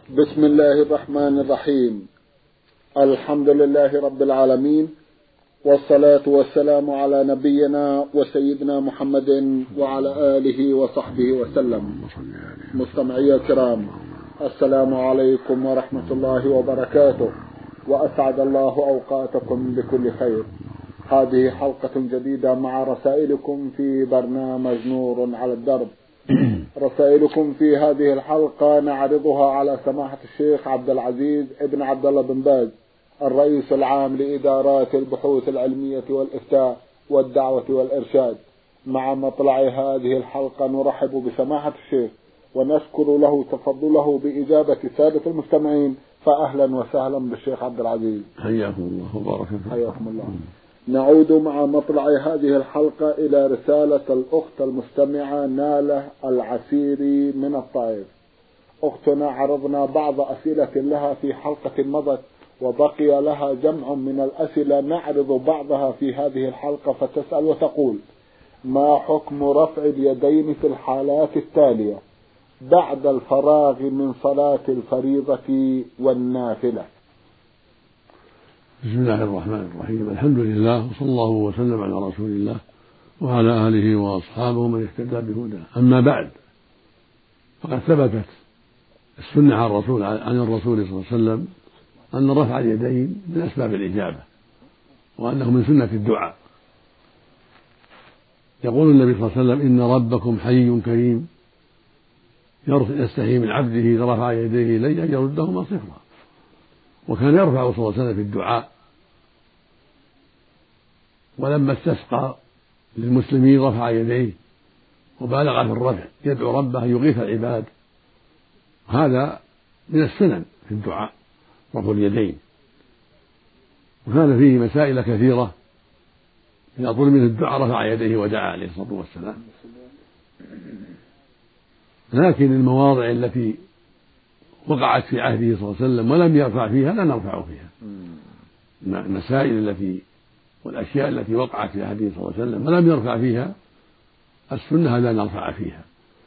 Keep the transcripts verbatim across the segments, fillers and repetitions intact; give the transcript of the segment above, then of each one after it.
بسم الله الرحمن الرحيم. الحمد لله رب العالمين، والصلاة والسلام على نبينا وسيدنا محمد وعلى آله وصحبه وسلم. مستمعي الكرام، السلام عليكم ورحمة الله وبركاته، وأسعد الله أوقاتكم بكل خير. هذه حلقة جديدة مع رسائلكم في برنامج نور على الدرب. رسائلكم في هذه الحلقة نعرضها على سماحة الشيخ عبد العزيز ابن عبد الله بن باز، الرئيس العام لإدارات البحوث العلمية والإفتاء والدعوة والإرشاد. مع مطلع هذه الحلقة نرحب بسماحة الشيخ ونشكر له تفضله بإجابة السادة المستمعين، فأهلا وسهلا بالشيخ عبد العزيز. حياكم الله وبارك فيكم. حياكم الله. نعود مع مطلع هذه الحلقة إلى رسالة الأخت المستمعة نالة العسيري من الطائف. أختنا عرضنا بعض أسئلة لها في حلقة مضت، وبقي لها جمع من الأسئلة نعرض بعضها في هذه الحلقة، فتسأل وتقول: ما حكم رفع اليدين في الحالات التالية بعد الفراغ من صلاة الفريضة والنافلة؟ بسم الله الرحمن الرحيم. الحمد لله، وصلى الله وسلم على رسول الله وعلى آله وأصحابه من اهتدى بهداه. أما بعد، فقد ثبتت السنة عن الرسول عن الرسول صلى الله عليه وسلم أن رفع اليدين من أسباب الإجابة، وأنه من سنة الدعاء. يقول النبي صلى الله عليه وسلم: إن ربكم حي كريم يستحي من عبده إذا رفع يديه إليه أن يردهما صفرا. وكان يرفع صلى الله عليه وسلم في الدعاء، ولما استسقى للمسلمين رفع يديه وبالغ في الرفع يدعو ربه أن يغيث العباد. هذا من السنن في الدعاء، رفع اليدين. وكان فيه مسائل كثيرة، إذا طلب منه الدعاء رفع يديه ودعا عليه الصلاة والسلام. لكن المواضع التي وقعت في عهده صلى الله عليه وسلم ولم يرفع فيها لا نرفع فيها. المسائل التي والأشياء التي وقعت في عهده صلى الله عليه وسلم ولم يرفع فيها السنة لا نرفع فيها.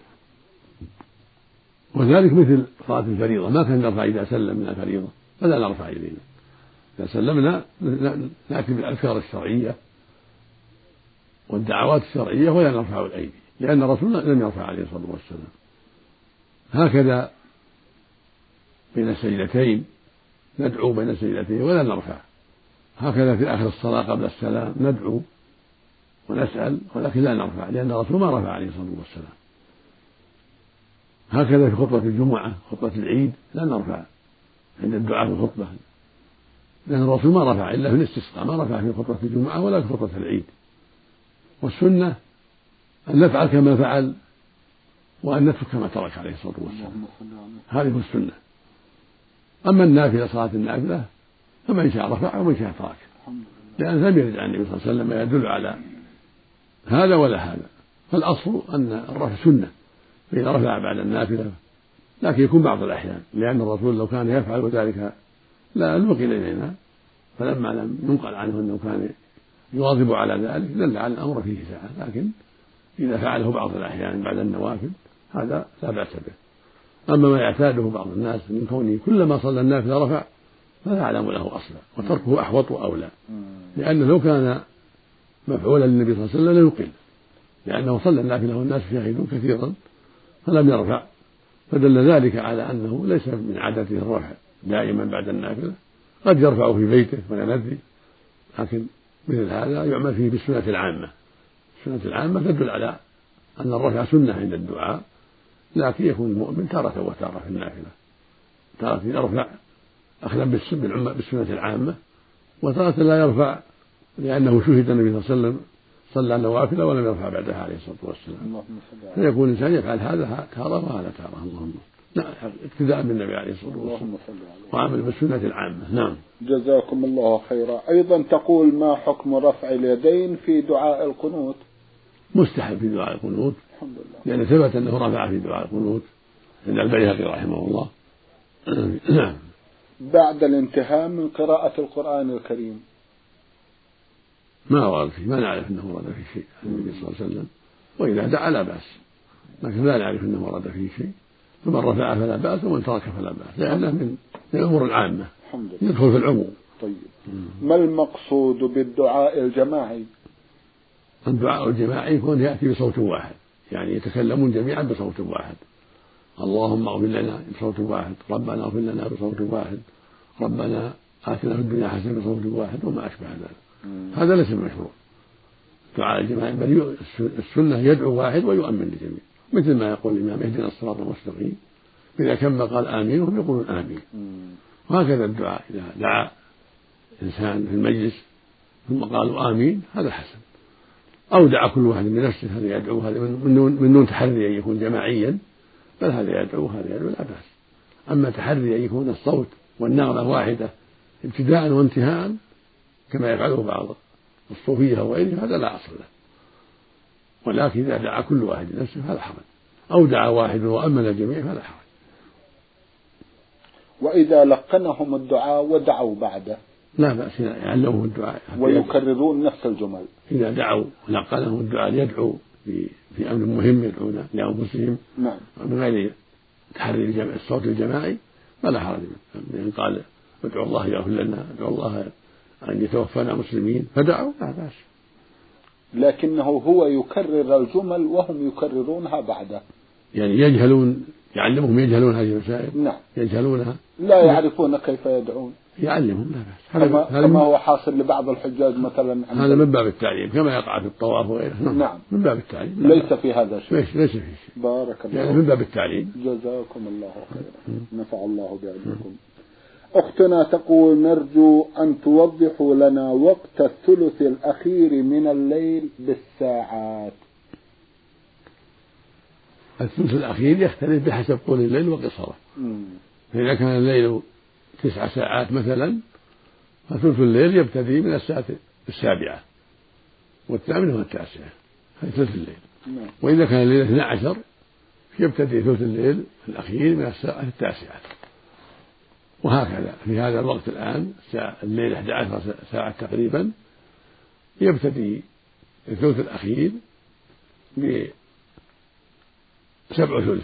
وذلك مثل صلاة الفريضة، ما كان نرفع إذا سلم من الفريضة فلا نرفع إلينا. إذا سلمنا نأتي بالأذكار الشرعية والدعوات الشرعية ولا نرفع الأيدي، لأن الرسول لم يرفع عليه الصلاة والسلام. هكذا بين السجدتين ندعو بين السجدتين ولا نرفع. هكذا في آخر الصلاة قبل السلام ندعو ونسأل ولكن لا نرفع، لأن الرسول ما رفع عليه الصلاة والسلام. هكذا في خطبة الجمعة، خطبة العيد لا نرفع عند الدعاء في الخطبة، لأن الرسول ما رفع إلا في الاستسقاء، ما رفع في خطبة الجمعة ولا في خطبة العيد. والسنة أن نفعل كما فعل وأن نترك كما ترك عليه الصلاة والسلام. هذه السنة. أما النافلة، صلاة النافلة، فمن شاء رفع ومن شاء ترك، لأن لم يرد عن النبي صلى الله عليه وسلم ما يدل على هذا ولا هذا. فالأصل أن الرفع سنة، فإذا رفع بعد النافلة، لكن يكون بعض الأحيان، لأن الرسول لو كان يفعل ذلك لا نقل إلينا، فلما لم ينقل عنه أنه كان يواظب على ذلك دل على الأمر فيه ساعة. لكن إذا فعله بعض الأحيان بعد النوافل هذا لا بأس به. أما ما يعتاده بعض الناس من كونه كلما صلى النافلة رفع فلا أعلم له أصلا، وتركه أحوط وأولى، لأنه لو كان مفعولا للنبي صلى الله عليه وسلم ليقل، لأنه صلى النافلة والناس يشاهدون كثيرا فلم يرفع، فدل ذلك على أنه ليس من عادته الرفع دائما بعد النافلة. قد يرفع في بيته وينذي، لكن مثل هذا يعمل فيه بالسنة العامة. السنة العامة تدل على أن الرفع سنة عند الدعاء، لكن يكون المؤمن تارة وتارة في النافلة، تارة يرفع أخذا بالسنة العامة، وتارة لا يرفع لأنه شهد النبي صلى الله عليه وسلم صلى النوافل ولم يرفع بعدها عليه الصلاة والسلام. فيكون الإنسان يفعل هذا تارة وهذا تارة. اللهم اقتداء بالنبي عليه الصلاة والسلام وعمل بالسنة العامة. نعم. جزاكم الله خيرا. أيضا تقول: ما حكم رفع اليدين في دعاء القنوت؟ مستحب في دعاء القنوت، الحمد لله، لأن ثبت أنه رفع في دعاء القنوت عند البيهقي رحمه الله. نعم. بعد الانتهاء من قراءة القرآن الكريم ما ورد فيه، ما نعرف أنه ورد فيه شيء عن النبي صلى الله عليه وسلم، وإذا دعا لا بأس، لكن لا نعرف أنه ورد فيه شيء. فمن رفع فلا بأس ومن ترك فلا بأس، لأنه من الأمور العامة يدخل في العموم. طيب ما المقصود بالدعاء الجماعي؟ الدعاء الجماعي يكون يأتي بصوت واحد، يعني يتكلمون جميعا بصوت واحد، اللهم اغفر لنا بصوت واحد، ربنا اغفر لنا بصوت واحد، ربنا آتنا في الدنيا حسنة بصوت واحد، وما أشبه ذلك. هذا ليس مشروع دعاء الجماعي، بل السنة يدعو واحد ويؤمن للجميع، مثل ما يقول الإمام اهدنا الصراط المستقيم، إذا كم قال آمين وهم يقولون آمين. وهكذا الدعاء إذا دعا إنسان في المجلس ثم قالوا آمين هذا حسن، أو دعا كل واحد بنفسه هذا يدعو، هذا من دون تحري أن يكون جماعيا، بل هذا يدعو هذا يدعو لا بأس. أما تحري أن يكون الصوت والنغمة واحدة ابتداء وانتهاء كما يفعله بعض الصوفية وغيرهم هذا لا أصل له، ولكن إذا دعا كل واحد بنفسه هذا حرج، أو دعا واحد وأمن الجميع فلا حرج. وإذا لقنهم الدعاء ودعوا بعده لا بأس يعلمهم الدعاء ويكررون نفس الجمل. إذا دعوا لقنهم الدعاء ليدعوا في في أمر مهم يدعون لأنفسهم نعم من غير تحري الصوت الجماعي فلا حرج منه. يعني قال ادعوا الله يغفر لنا، ادعوا الله أن يتوفانا مسلمين، فدعوا لا بأس، لكنه هو يكرر الجمل وهم يكررونها بعده، يعني يجهلون، يعلمهم يجهلون هذه المسائل. نعم يجهلونها لا يعرفون كيف يدعون، يعلمهم لا بأس. كما, كما هو حاصل لبعض الحجاج مثلا، هذا من باب التعليم كما يقع في الطواف وغيره. نعم من باب التعليم، ليس في هذا شيء، ليس, ليس في شيء، بارك الله يعني من باب التعليم. جزاكم الله خيرا، نفع الله بعلمكم. أختنا تقول نرجو أن توضحوا لنا وقت الثلث الأخير من الليل بالساعات. الثلث الأخير يختلف بحسب طول الليل وقصره، فإذا كان الليل تسع ساعات مثلا فثلث الليل يبتدي من الساعة السابعة والثامنة والتاسعة، هذا ثلث الليل. وإذا كان الليل اثنى عشر يبتدي ثلث الليل الأخير من الساعة التاسعة، وهكذا في هذا الوقت الآن الليل أحد عشر ساعة تقريبا يبتدي الثلث الأخير بسبع ثلث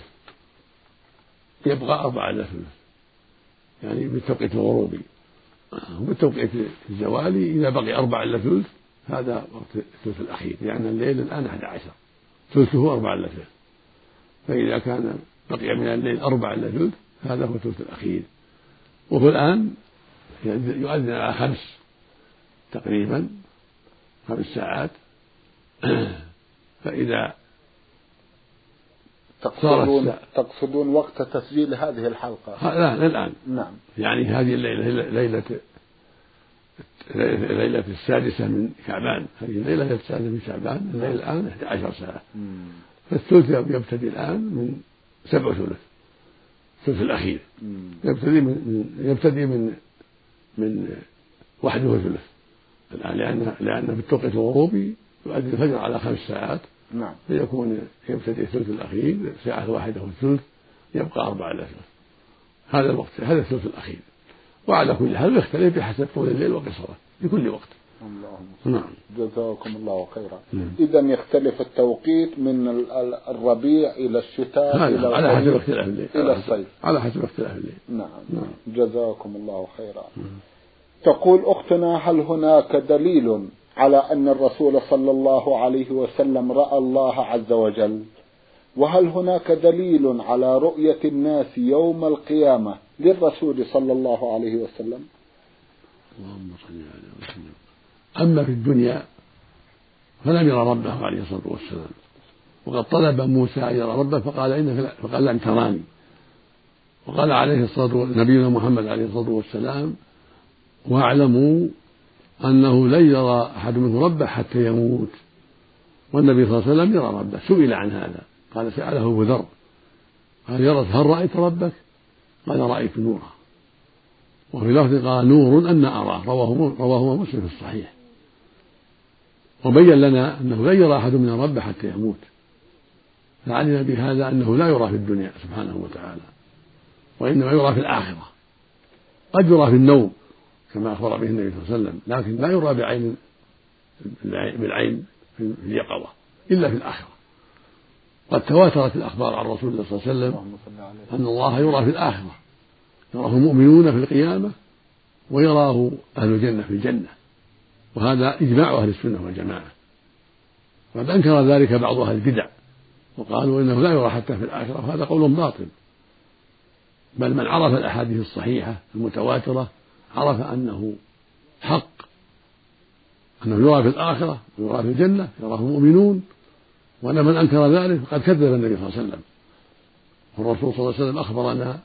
يبقى أربعة إلا ثلث، يعني بالتوقيت الغروبي، وبالتوقيت الزوالي إذا بقي أربعة إلا ثلث هذا وقت الثلث الأخير، لأن يعني الليل الآن أحد عشر ثلثه أربعة إلا ثلث، فإذا كان بقي من الليل أربعة إلا ثلث هذا هو الثلث الأخير. وهو الآن يؤذن على خمس تقريبا خمس ساعات فإذا تقصدون, تقصدون وقت تسجيل هذه الحلقة؟ لا الآن. نعم. يعني هذه الليلة ليلة ليلة السادسة من شعبان، هذه الليلة السادسة من شعبان، الليل الآن إحدى عشر ساعة، فالثلث يبتدي الآن من سبع ثلث، الثلث الأخير يبتدي من يبتدي من من واحد وثلث الآن، لأن لأن في التوقيت الغروبي يؤذن الفجر على خمس ساعات. نعم. فيكون يبتدي الثلث الأخير ساعة واحدة والثلث يبقى أربعة إلى ثلث، هذا الوقت هذا الثلث الأخير. وعلى كل حال يختلف بحسب طول الليل وقصره لكل وقت. اللهم نعم. جزاكم الله خيرا. إذا يختلف التوقيت من الربيع إلى الشتاء إلى على حسب اختلاف الليل إلى الصيف، على حسب اختلاف الليل. نعم. نعم. جزاكم الله خيرا. تقول أختنا هل هناك دليل على أن الرسول صلى الله عليه وسلم رأى الله عز وجل؟ وهل هناك دليل على رؤية الناس يوم القيامة للرسول صلى الله عليه وسلم؟ اللهم صل على وسلم. أما في الدنيا فلم يرى ربه عليه الصلاة والسلام، وقد طلب موسى أن يرى ربه فقال إنك فقال لن تراني، وقال عليه الصلاة والسلام نبينا محمد عليه الصلاة والسلام واعلموا أنه لن يرى أحد منه ربه حتى يموت. والنبي صلى الله عليه وسلم يرى ربه، سئل عن هذا قال سأله أبو ذر قال يا رسول هل رأيت ربك؟ قال رأيت نورا، وفي لفظ قال نور أن أراه، رواه رواه مسلم في الصحيح. وبين لنا أنه لن يرى أحد من ربه حتى يموت، فعلم بهذا أنه لا يرى في الدنيا سبحانه وتعالى، وإنما يرى في الآخرة. قد يرى في النوم كما أخبر به النبي صلى الله عليه وسلم، لكن لا يرى بعين،، بالعين في اليقظة إلا في الآخرة. قد تواترت الأخبار عن رسول الله صلى الله عليه وسلم أن الله يرى في الآخرة، يراه المؤمنون في القيامة ويراه أهل الجنة في الجنة، وهذا إجماع أهل السنة والجماعة. وقد أنكر ذلك بعض أهل البدع وقالوا إنه لا يرى حتى في الآخرة، وهذا قول باطل، بل من عرف الأحاديث الصحيحة المتواترة عرف أنه حق، أنه يرى في الآخرة ويرى في الجنة، يراه المؤمنون، وأن من أنكر ذلك فقد كذب النبي صلى الله عليه وسلم. والرسول صلى الله عليه وسلم أخبرنا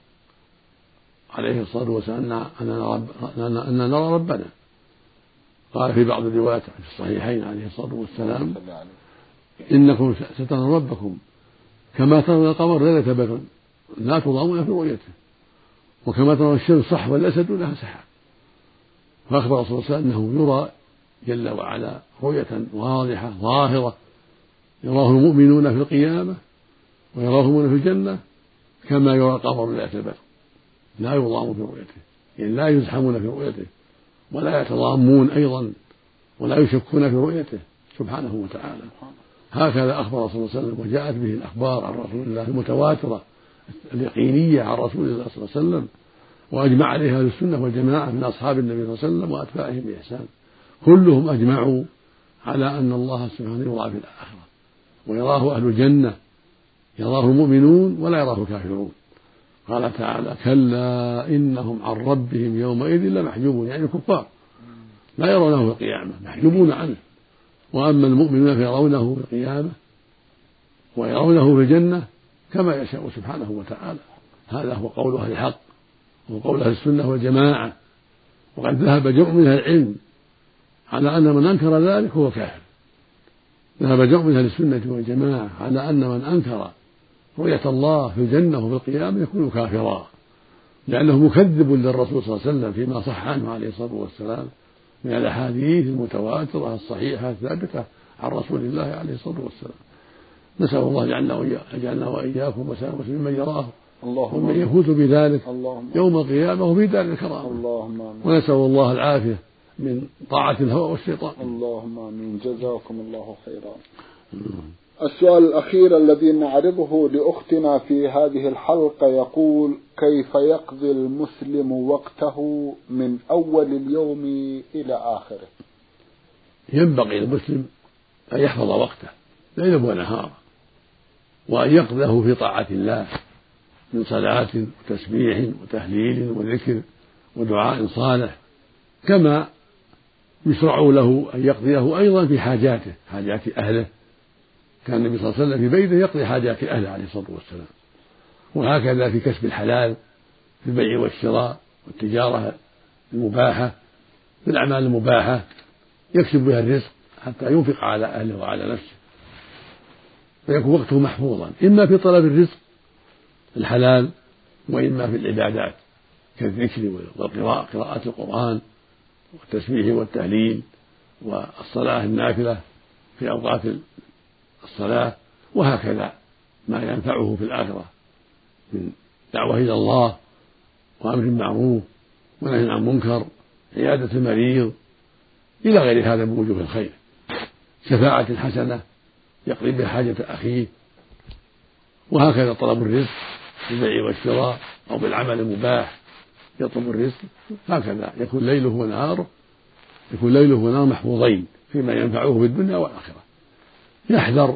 عليه الصلاة والسلام أننا نرى ربنا، قال في بعض الروايات في الصحيحين عليه الصلاة والسلام: إنكم سترون ربكم كما ترون القمر ليلة بدر لا تضامون في رؤيته، وكما ترون الشمس صحوا والأسد لها سحاب. فأخبر صلى الله عليه وسلم أنه يرى جل وعلا رؤية واضحة ظاهرة، يراه المؤمنون في القيامة ويراه المؤمنون في الجنة كما يرى القمر ليلة بدر، لا يضام في رؤيته، يعني لا يزحمون في رؤيته ولا يتضامون أيضا ولا يشكون في رؤيته سبحانه وتعالى. هكذا أخبر صلى الله عليه وسلم، وجاءت به الأخبار عن رسول الله المتواترة اليقينية عن رسول الله صلى الله عليه وسلم، وأجمع عليها أهل السنة والجماعة من أصحاب النبي صلى الله عليه وسلم وأتباعهم بإحسان، كلهم أجمعوا على أن الله سبحانه يرى في الآخرة ويراه أهل الجنة، يراه المؤمنون ولا يراه الكافرون. قال تعالى: كلا إنهم عن ربهم يومئذ لمحجوبون، يعني الكفار لا يرونه في القيامة، محجوبون عنه. وأما المؤمنون فيرونه في القيامة ويرونه في الجنة كما يشاء سبحانه وتعالى. هذا هو قول أهل الحق وقول أهل السنة والجماعة. وقد ذهب جمع من أهل العلم على أن من أنكر ذلك هو كافر. ذهب جمع من أهل السنة والجماعة على أن من أنكر رؤية الله في الجنة وفي القيامة يكون كافرا، لأنه مكذب للرسول صلى الله عليه وسلم فيما صح عنه عليه الصلاة والسلام من الأحاديث المتواترة الصحيحة الثابتة عن رسول الله عليه الصلاة والسلام. نسأل الله يجعلنا وإياكم وسائر المسلمين من يراه ومن يفوز بذلك يوم القيامة وفي دار الكرامة، ونسأل الله العافية من طاعة الهوى والشيطان. اللهم آمين. جزاكم الله خيرا. السؤال الأخير الذي نعرضه لأختنا في هذه الحلقة يقول: كيف يقضي المسلم وقته من أول اليوم إلى آخره؟ ينبغي للمسلم أن يحفظ وقته ليلا ونهارا، وأن يقضيه في طاعة الله من صلاة وتسبيح وتهليل وذكر ودعاء صالح، كما يشرع له أن يقضيه أيضا في حاجاته، حاجات أهله. كان النبي صلى الله عليه وسلم في بيته يقضي حاجات أهله عليه الصلاة والسلام. وهكذا في كسب الحلال، في البيع والشراء والتجارة المباحة، في الأعمال المباحة يكسب بها الرزق حتى ينفق على أهله وعلى نفسه، فيكون وقته محفوظا إما في طلب الرزق الحلال وإما في العبادات كالذكر والقراءة، قراءة القرآن والتسبيح والتهليل والصلاة النافلة في أوقات الصلاة، وهكذا ما ينفعه في الآخرة من دعوة إلى الله وأمر معروف ونهي عن منكر، عيادة المريض، إلى غير هذا من وجوه الخير، شفاعة حسنة يقضي بها حاجة أخيه، وهكذا طلب الرزق بالبيع والشراء أو بالعمل المباح يطلب الرزق. هكذا يكون ليله ونهاره يكون ليله ونهاره محفوظين فيما ينفعه في الدنيا والآخرة. يحذر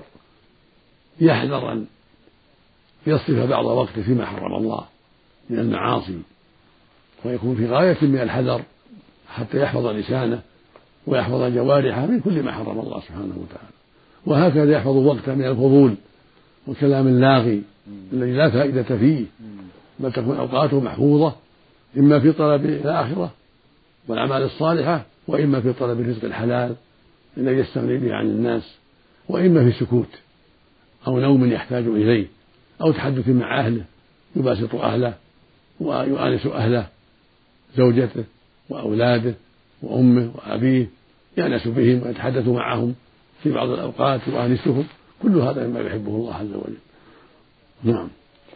يحذر أن يصرف بعض وقته فيما حرم الله من المعاصي، ويكون في غاية من الحذر حتى يحفظ لسانه ويحفظ جوارحه من كل ما حرم الله سبحانه وتعالى. وهكذا يحفظ وقته من الفضول والكلام اللاغي الذي لا فائدة فيه، بل تكون أوقاته محفوظة إما في طلب الآخرة والأعمال الصالحة، وإما في طلب الرزق الحلال الذي يستغني به عن الناس، وإما في سكوت أو نوم يحتاج إليه أو تحدث مع أهله، يباسط أهله ويؤانس أهله، زوجته وأولاده وأمه وأبيه، يأنس بهم ويتحدث معهم في بعض الأوقات ويؤانسهم، كل هذا مما يحبه الله عز وجل. نعم.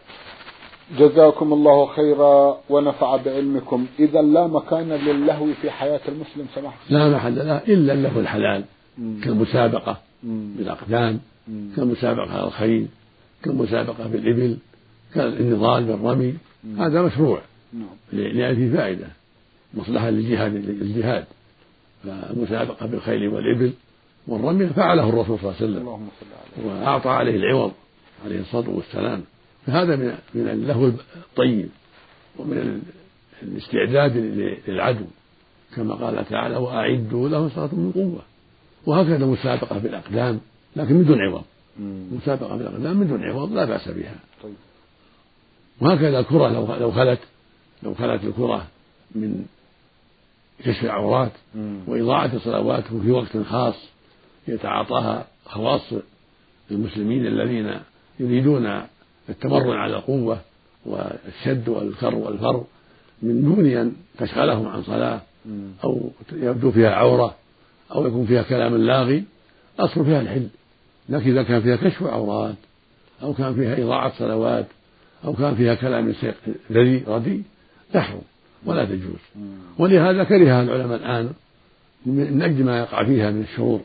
جزاكم الله خيرا ونفع بعلمكم. إذا لا مكان للهو في حياة المسلم سماحة؟ لا محل له إلا اللهو الحلال، كالمسابقة بالأقدام، كالمسابقة على الخيل، كالمسابقة بالإبل، كالنضال بالرمي، هذا مشروع لأن فيه فائدة مصلحة للجهاد الجهاد. فالمسابقة بالخيل والإبل والرمي فعله الرسول صلى الله عليه وسلم وأعطى عليه العوض عليه الصلاة والسلام. فهذا من من اللهو الطيب ومن الاستعداد للعدو، كما قال تعالى: وأعدوا له استطعتم من قوة. وهكذا مسابقة بالأقدام لكن من دون عوض، مسابقة بالأقدام من دون عوض لا بأس بها. وهكذا الكرة لو خلت لو خلت الكرة من كشف العورات وإضاعة الصلوات في وقت خاص يتعاطاها خواص المسلمين الذين يريدون التمرن على القوة والشد والكر والفر من دون أن تشغلهم عن صلاة أو يبدو فيها عورة أو يكون فيها كلام لاغي، أصل فيها الحل. لكن إذا كان فيها كشف عورات أو كان فيها إضاعة صلوات أو كان فيها كلام ذري ردي تحرم ولا تجوز. ولهذا كرهها العلماء الآن من أجل ما يقع فيها من الشرور،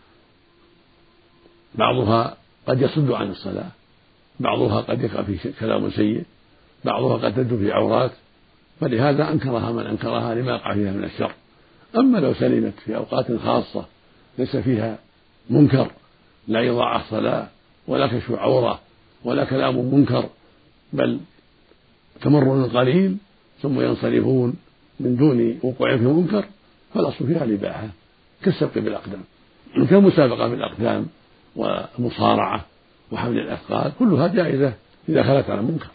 بعضها قد يصد عن الصلاة، بعضها قد يقع في كلام سيء، بعضها قد تبدو في عورات، فلهذا أنكرها من أنكرها لما يقع فيها من الشر. أما لو سلمت في أوقات خاصة ليس فيها منكر، لا إضاعة صلاة ولا كشف عورة ولا كلام منكر، بل تمرن قليل ثم ينصرفون من دون وقوع في منكر، فالأصل فيها الإباحة كالسبق بالأقدام، كالمسابقة بالأقدام ومصارعة وحمل الأثقال، كلها جائزة إذا خلت على منكر.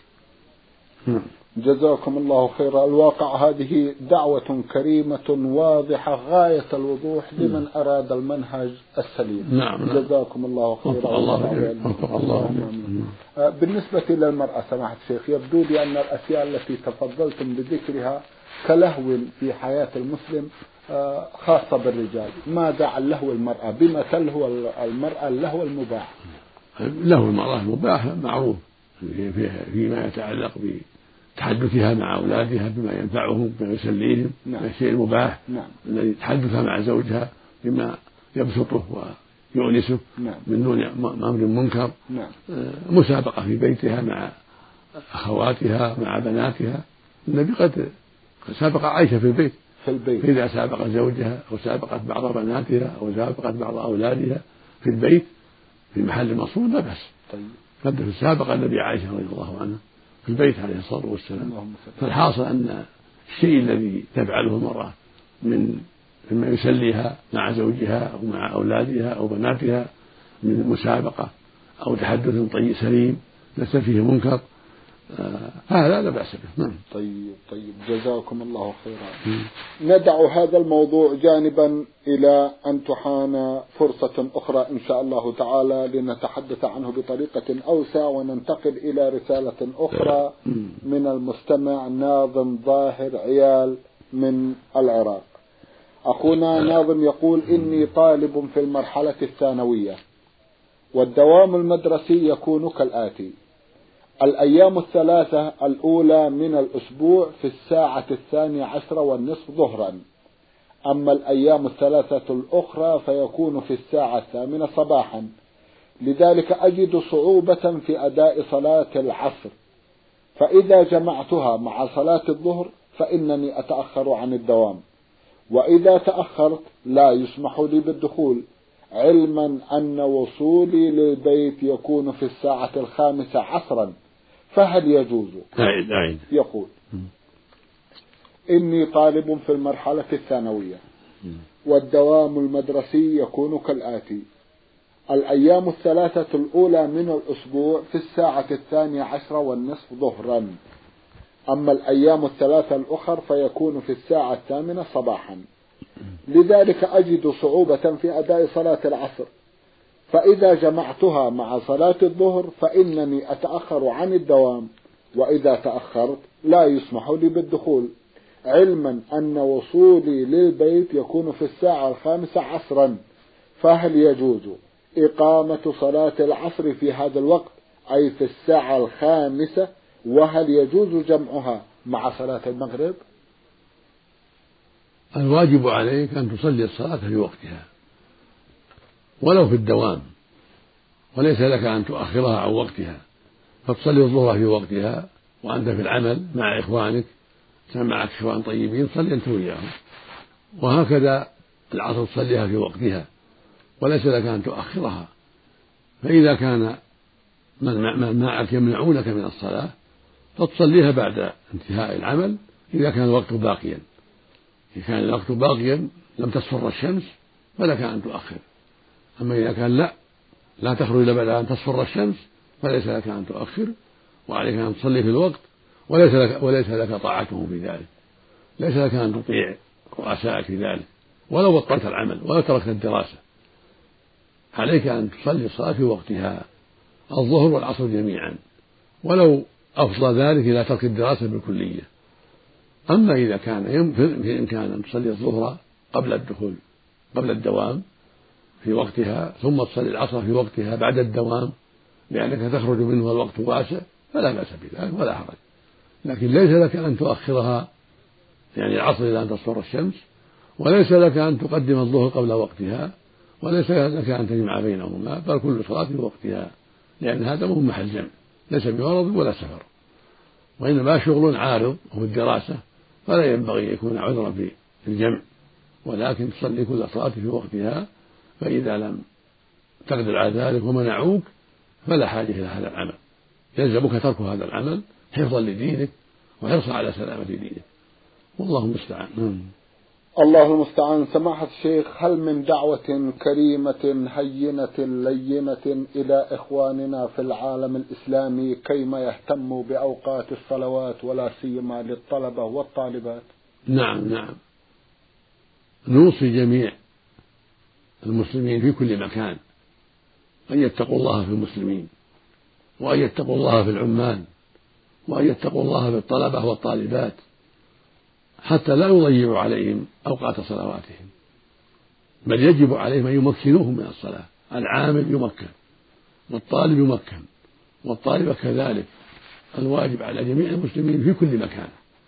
جزاكم الله خيرا. الواقع هذه دعوة كريمة واضحة غاية الوضوح لمن أراد المنهج السليم. نعم. جزاكم الله خيرا. الله الله. بالنسبة للمرأة سماحة الشيخ، يبدو لي أن الأشياء التي تفضلتم بذكرها كلهو في حياة المسلم خاصة بالرجال. ماذا عن لهو المرأة؟ بما تلهو المرأة اللهو المباح؟ لهو المرأة المباح معروف فيما يتعلق بتحدثها مع أولادها بما ينفعهم بما يسليهم من الشيء المباح الذي تحدثها مع زوجها بما يبسطه ويؤنسه من دون أمر منكر. مسابقة في بيتها مع أخواتها مع بناتها. النبي قد سابق عائشة في البيت في البيت فإذا سابقت زوجها أو سابقت بعض بناتها أو سابقت بعض أولادها في البيت في محل مصون لا بأس. قد سابق النبي عائشة رضي الله عنها في البيت عليه الصلاة والسلام. فالحاصل أن الشيء الذي تفعله المرأة من مما يسليها مع زوجها أو مع أولادها أو بناتها من مسابقة أو تحدث طيب سليم ليس فيه منكر، آه هذا لا بأس به. طيب طيب جزاكم الله خيرا. ندع هذا الموضوع جانبا إلى أن تحان فرصة أخرى إن شاء الله تعالى لنتحدث عنه بطريقة أوسع، وننتقل إلى رسالة أخرى من المستمع ناظم ظاهر عيال من العراق. أخونا ناظم يقول: إني طالب في المرحلة الثانوية والدوام المدرسي يكون كالآتي: الأيام الثلاثة الأولى من الأسبوع في الساعة الثانية عشرة والنصف ظهرا، أما الأيام الثلاثة الأخرى فيكون في الساعة الثامنة صباحا، لذلك أجد صعوبة في أداء صلاة العصر، فإذا جمعتها مع صلاة الظهر فإنني أتأخر عن الدوام، وإذا تأخرت لا يسمح لي بالدخول، علما أن وصولي للبيت يكون في الساعة الخامسة عصرا، فهل يجوز؟ أعيد أعيد. يقول: إني طالب في المرحلة الثانوية والدوام المدرسي يكون كالآتي: الأيام الثلاثة الأولى من الأسبوع في الساعة الثانية عشرة والنصف ظهرا، أما الأيام الثلاثة الأخر فيكون في الساعة الثامنة صباحا، لذلك أجد صعوبة في أداء صلاة العصر، فإذا جمعتها مع صلاة الظهر فإنني أتأخر عن الدوام، وإذا تأخرت لا يسمح لي بالدخول، علما أن وصولي للبيت يكون في الساعة الخامسة عصرا، فهل يجوز إقامة صلاة العصر في هذا الوقت أي في الساعة الخامسة، وهل يجوز جمعها مع صلاة المغرب؟ الواجب عليك أن تصلي الصلاة في وقتها ولو في الدوام، وليس لك أن تؤخرها عن وقتها، فتصلي الظهر في وقتها وأنت في العمل مع إخوانك، معك إخوان طيبين، صلي أنت وياهم. وهكذا العصر تصليها في وقتها وليس لك أن تؤخرها. فإذا كان من معك يمنعونك من الصلاة فتصليها بعد انتهاء العمل إذا كان الوقت باقيا. إذا كان الوقت باقيا لم تصفر الشمس فلك أن تؤخر. أما إذا كان لا لا تخرج إلا بعد أن تصفر الشمس فليس لك أن تؤخر، وعليك أن تصلي في الوقت، وليس لك, وليس لك طاعته في ذلك. ليس لك أن تطيع رؤسائك في ذلك ولو بطلت العمل ولو تركت الدراسة. عليك أن تصلي الصلاة في وقتها، الظهر والعصر جميعا، ولو أفضل ذلك إلى ترك الدراسة بالكلية. أما إذا كان في إمكان أن تصلي الظهر قبل الدخول قبل الدوام في وقتها ثم تصلي العصر في وقتها بعد الدوام لأنك تخرج منه الوقت واسع فلا بأس بذلك ولا حرج. لكن ليس لك أن تؤخرها يعني العصر إلى أن تصفر الشمس، وليس لك أن تقدم الظهر قبل وقتها، وليس لك أن تجمع بينهما، بل كل صلاة في وقتها، لأن هذا مو محل جمع، ليس بمرض ولا سفر، وإنما شغل عارض أو الدراسة، فلا ينبغي أن يكون عذرا في الجمع، ولكن تصلي كل صلاة في وقتها. فإذا لم تقدر على ذلك ومنعوك فلا حاجة إلى هذا العمل، يلزمك ترك هذا العمل حفظا لدينك وحرصا على سلامة دينك، والله المستعان. الله المستعان. سماحة الشيخ، هل من دعوة كريمة هينة لينة إلى إخواننا في العالم الإسلامي كيما يهتموا بأوقات الصلوات ولا سيما للطلبة والطالبات؟ نعم نعم، نوصي جميع المسلمين في كل مكان أن يتقوا الله في المسلمين، وأن يتقوا الله في العمال، وأن يتقوا الله في الطلبة والطالبات، حتى لا يضيعوا عليهم أوقات صلواتهم، بل يجب عليهم أن يمكنوهم من الصلاة. العامل يمكن والطالب يمكن والطالبة كذلك. الواجب على جميع المسلمين في كل مكان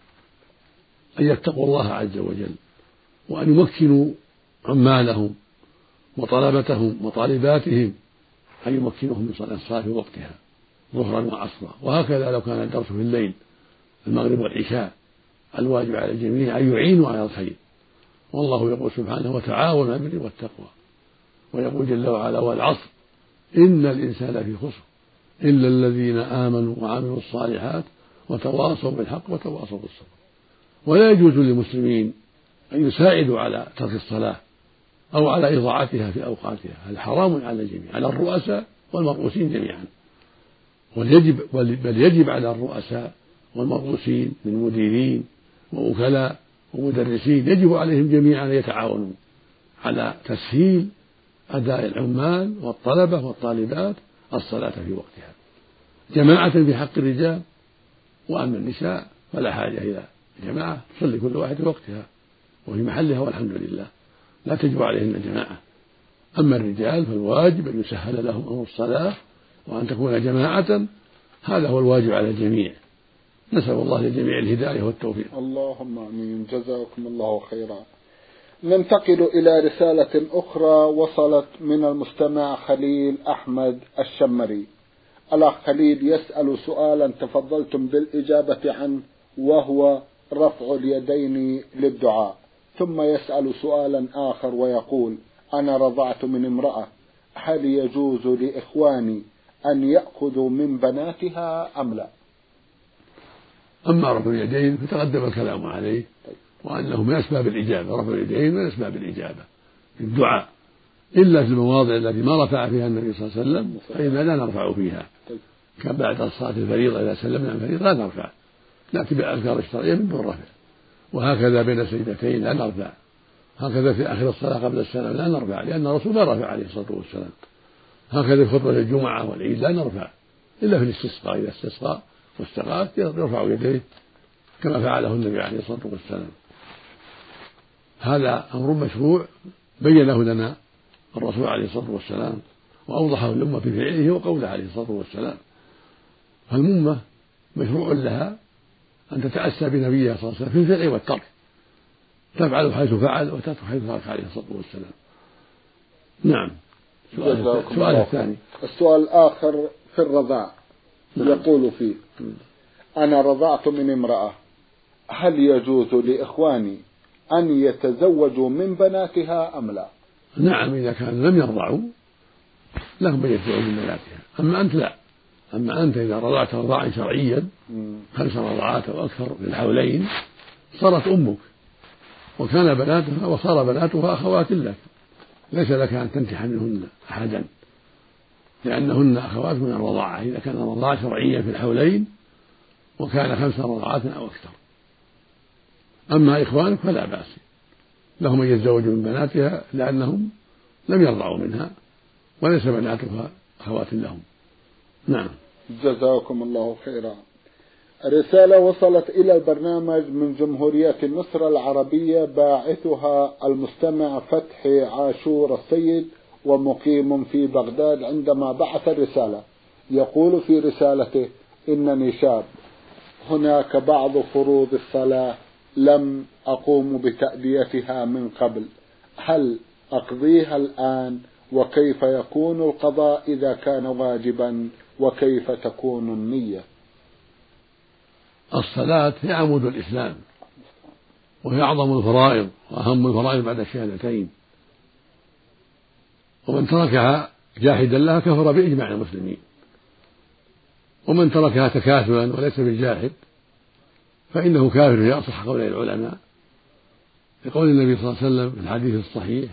أن يتقوا الله عز وجل، وأن يمكنوا عمالهم وطلبتهم وطالباتهم، أن يمكنوهم من صلاة الصلاة في وقتها ظهرا وعصرا. وهكذا لو كان الدرس في الليل المغرب والعشاء، الواجب على الجميع أن يعينوا على الخير. والله يقول سبحانه وتعاونوا على البر والتقوى، ويقول جل وعلا والعصر إن الإنسان لفي خسر إلا الذين آمنوا وعملوا الصالحات وتواصوا بالحق وتواصوا بالصبر. ولا يجوز للمسلمين أن يساعدوا على ترك الصلاة أو على إضاعتها في أوقاتها، هذا حرام على الجميع، على الرؤساء والمرؤوسين جميعا. ويجب بل يجب على الرؤساء والمرؤوسين من مديرين ووكلاء ومدرسين، يجب عليهم جميعا أن يتعاونوا على تسهيل أداء العمال والطلبة والطالبات الصلاة في وقتها جماعة في حق الرجال. وأما النساء فلا حاجة إلى جماعة، تصلي كل واحد في وقتها وفي محلها والحمد لله، لا تجب عليهن جماعة. أما الرجال فالواجب أن يسهل لهم أمر الصلاة وأن تكون جماعة، هذا هو الواجب على الجميع. نسأل الله للجميع الهداية والتوفيق. اللهم آمين، جزاكم الله خيرا. ننتقل إلى رسالة أخرى وصلت من المستمع خليل أحمد الشمري. الأخ خليل يسأل سؤالا تفضلتم بالإجابة عنه، وهو رفع اليدين للدعاء، ثم يسأل سؤالا آخر ويقول: أنا رضعت من امرأة، هل يجوز لإخواني أن يأخذوا من بناتها أم لا؟ أما رفع اليدين فتقدم الكلام عليه، وأنه من أسباب الإجابة، رفع اليدين من أسباب الإجابة في الدعاء، إلا في المواضع التي ما رفع فيها النبي صلى الله عليه وسلم فإننا لا نرفع فيها، كان بعد الصلاة الفريضة إذا سلمنا عن الفريضة لا نرفع، نأتي بالأذكار الشرعية من دون رفع. وهكذا بين السجدتين لا نرفع، هكذا في آخر الصلاة قبل السلام لا نرفع، لأن الرسول ما رفع عليه الصلاة والسلام. هكذا في خطبة الجمعة والعيد لا نرفع، إلا في الاستسقاء، إذا استسقى واستغاث يرفع يديه كما فعله النبي عليه الصلاة والسلام. هذا أمر مشروع بينه لنا الرسول عليه الصلاة والسلام وأوضحه الأمة في فعله وقوله عليه الصلاة والسلام. فالأمة مشروع لها أن تتأسى بنبيها صلى الله عليه وسلم في الفعل والترك، تفعل حيث فعل وتترك حيث ترك عليه الصلاة والسلام. نعم. السؤال الثاني. السؤال الآخر في الرضاع. نعم. يقول فيه: أنا رضعت من امرأة، هل يجوز لإخواني أن يتزوجوا من بناتها أم لا؟ نعم، إذا كانوا لم يرضعوا لهم أن يتزوجوا من بناتها، أما أنت لا. أما أنت إذا رضعت رضاعا شرعيا خمس رضعات أو أكثر في الحولين صارت أمك، وكان بناتها وصار بناتها أخوات لك، ليس لك أن تنكح منهن أحدا، لأنهن أخوات من الرضاعة إذا كان الرضاعة شرعيا في الحولين وكان خمس رضعات أو أكثر. أما إخوانك فلا بأس لهم أن يتزوجوا من بناتها لأنهم لم يرضعوا منها وليس بناتها أخوات لهم. نعم. جزاكم الله خيرا. رسالة وصلت إلى البرنامج من جمهورية مصر العربية، باعثها المستمع فتحي عاشور السيد ومقيم في بغداد. عندما بعث الرسالة يقول في رسالته: إنني شاب، هناك بعض فروض الصلاة لم أقوم بتأديتها من قبل، هل أقضيها الآن؟ وكيف يكون القضاء إذا كان واجبا؟ وكيف تكون النية؟ الصلاة هي عمود الإسلام، وهي أعظم الفرائض وأهم الفرائض بعد الشهادتين، ومن تركها جاحدا لها كفر بإجماع المسلمين، ومن تركها تكاسلا وليس بالجاحد فإنه كافر في أصح قولي العلماء، لقول النبي صلى الله عليه وسلم في الحديث الصحيح: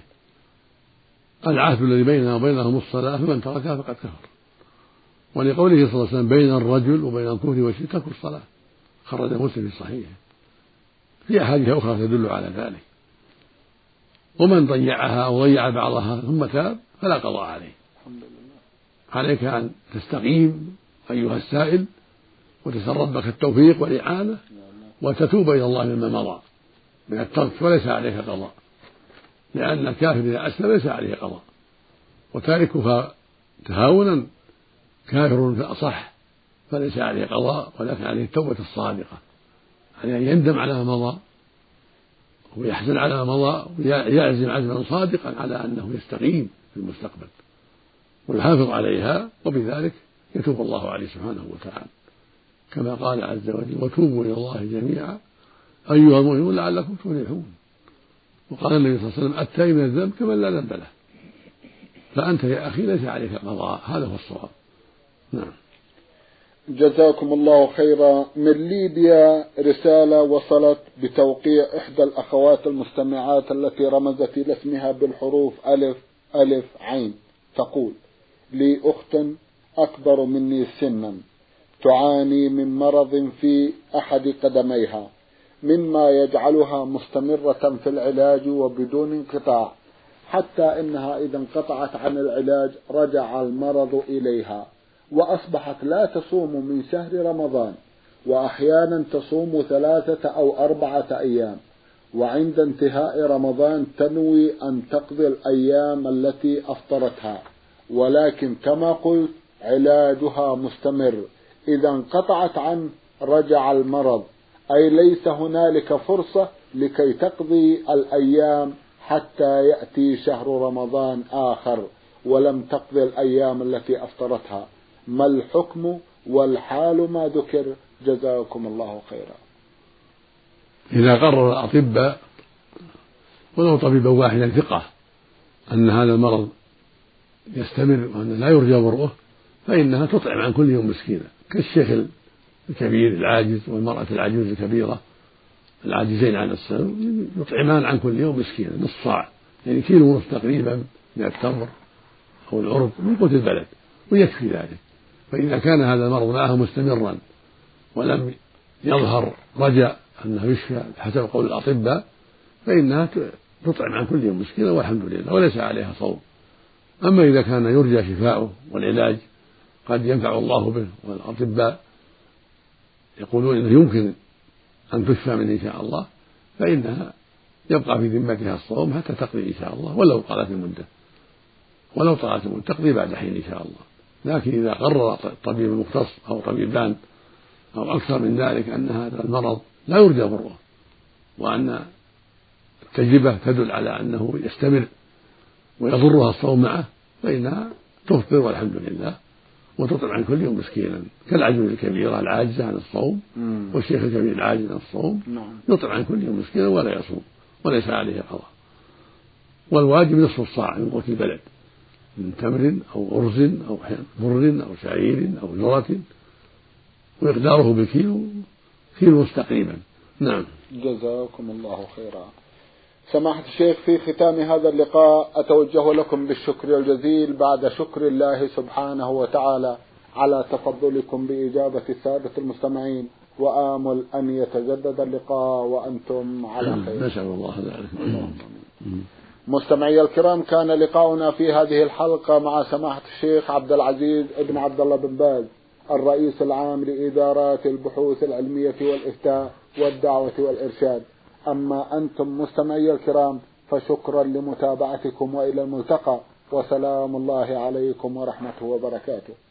العهد الذي بيننا وبينهم الصلاة فمن تركها فقد كفر. ولقوله صلى الله عليه وسلم: بين الرجل وبين الكفر والشرك ترك الصلاة، خرج مسلم في الصحيح. في أحاديث أخرى تدل على ذلك. ومن ضيعها أو ضيع بعضها ثم تاب فلا قضاء عليه. عليك أن تستقيم أيها السائل وتسأل ربك التوفيق والإعانة وتتوب إلى الله مما مضى من الترك، وليس عليك قضاء، لأن الكافر إذا أسلم ليس عليه قضاء، وتاركها تهاونا كافر في الأصح فليس عليه قضاء، ولكن عليه التوبة الصادقة، عليه أن يندم على ما مضى ويحزن على ما مضى ويعزم عزما صادقا على أنه يستقيم في المستقبل ويحافظ عليها، وبذلك يتوب الله عليه سبحانه وتعالى، كما قال عز وجل: وتوبوا إلى الله جميعا أيها المؤمنون لعلكم تفلحون. وقال النبي صلى الله عليه وسلم: التائب من الذنب كمن لا ذنب له. فأنت يا أخي ليس عليك قضاء، هذا هو الصواب. نعم. جزاكم الله خيرا. من ليبيا رسالة وصلت بتوقيع إحدى الأخوات المستمعات التي رمزت إلى اسمها بالحروف ألف ألف عين، تقول: لي أخت أكبر مني سنا تعاني من مرض في أحد قدميها مما يجعلها مستمرة في العلاج وبدون انقطاع، حتى إنها إذا انقطعت عن العلاج رجع المرض إليها، وأصبحت لا تصوم من شهر رمضان، وأحيانا تصوم ثلاثة أو أربعة أيام، وعند انتهاء رمضان تنوي أن تقضي الأيام التي أفطرتها، ولكن كما قلت علاجها مستمر، إذا انقطعت عنه رجع المرض، أي ليس هنالك فرصة لكي تقضي الأيام حتى يأتي شهر رمضان آخر ولم تقضي الأيام التي أفطرتها، ما الحكم والحال ما ذكر؟ جزاكم الله خيرا. إذا قرر الأطباء ولو طبيبا واحدا ثقة أن هذا المرض يستمر وأن لا يرجى برؤه فإنها تطعم عن كل يوم مسكينا، كالشيخ الكبير العاجز والمرأة العجوز الكبيرة العاجزين عن الصوم يطعمان عن كل يوم مسكينا نصف صاع، يعني كيلو ونصف تقريبا من التمر أو العرض من قوت البلد، ويكفي ذلك. فإذا كان هذا المرض معه مستمرا ولم يظهر رجاء أنه يشفى حسب قول الأطباء فإنها تطعم عن كل يوم مسكينا والحمد لله وليس عليها صوم. أما إذا كان يرجى شفاؤه والعلاج قد ينفع الله به والأطباء يقولون إنه يمكن أن تشفى منه إن شاء الله فإنها يبقى في ذمتها الصوم حتى تقضي إن شاء الله، ولو طالت المدة ولو طالت المدة تقضي بعد حين إن شاء الله. لكن إذا قرر الطبيب المختص أو طبيبان أو أكثر من ذلك أن هذا المرض لا يرجى برؤه وأن التجربة تدل على أنه يستمر ويضرها الصوم معه فإنها تفطر والحمد لله، وتطعم عن كل يوم مسكينا، كالعجوز الكبيرة العاجزة عن الصوم والشيخ الكبير العاجز عن الصوم يطعم عن كل يوم مسكينا ولا يصوم وليس عليه قضاء. والواجب نصف الصاع من قوت البلد من تمر أو أرز أو بر أو شعير أو ذرة، ومقداره بالكيلو كيلو تقريبا. نعم. جزاكم الله خيرا. سماحة الشيخ، في ختام هذا اللقاء أتوجه لكم بالشكر الجزيل بعد شكر الله سبحانه وتعالى على تفضلكم بإجابة السادة المستمعين، وآمل أن يتجدد اللقاء وأنتم على خير. نسأل الله ذلك. مستمعي الكرام، كان لقاؤنا في هذه الحلقة مع سماحة الشيخ عبد العزيز ابن عبد الله بن باز، الرئيس العام لإدارات البحوث العلمية والإفتاء والدعوة والإرشاد. أما أنتم مستمعي الكرام فشكرا لمتابعتكم، وإلى الملتقى، وسلام الله عليكم ورحمته وبركاته.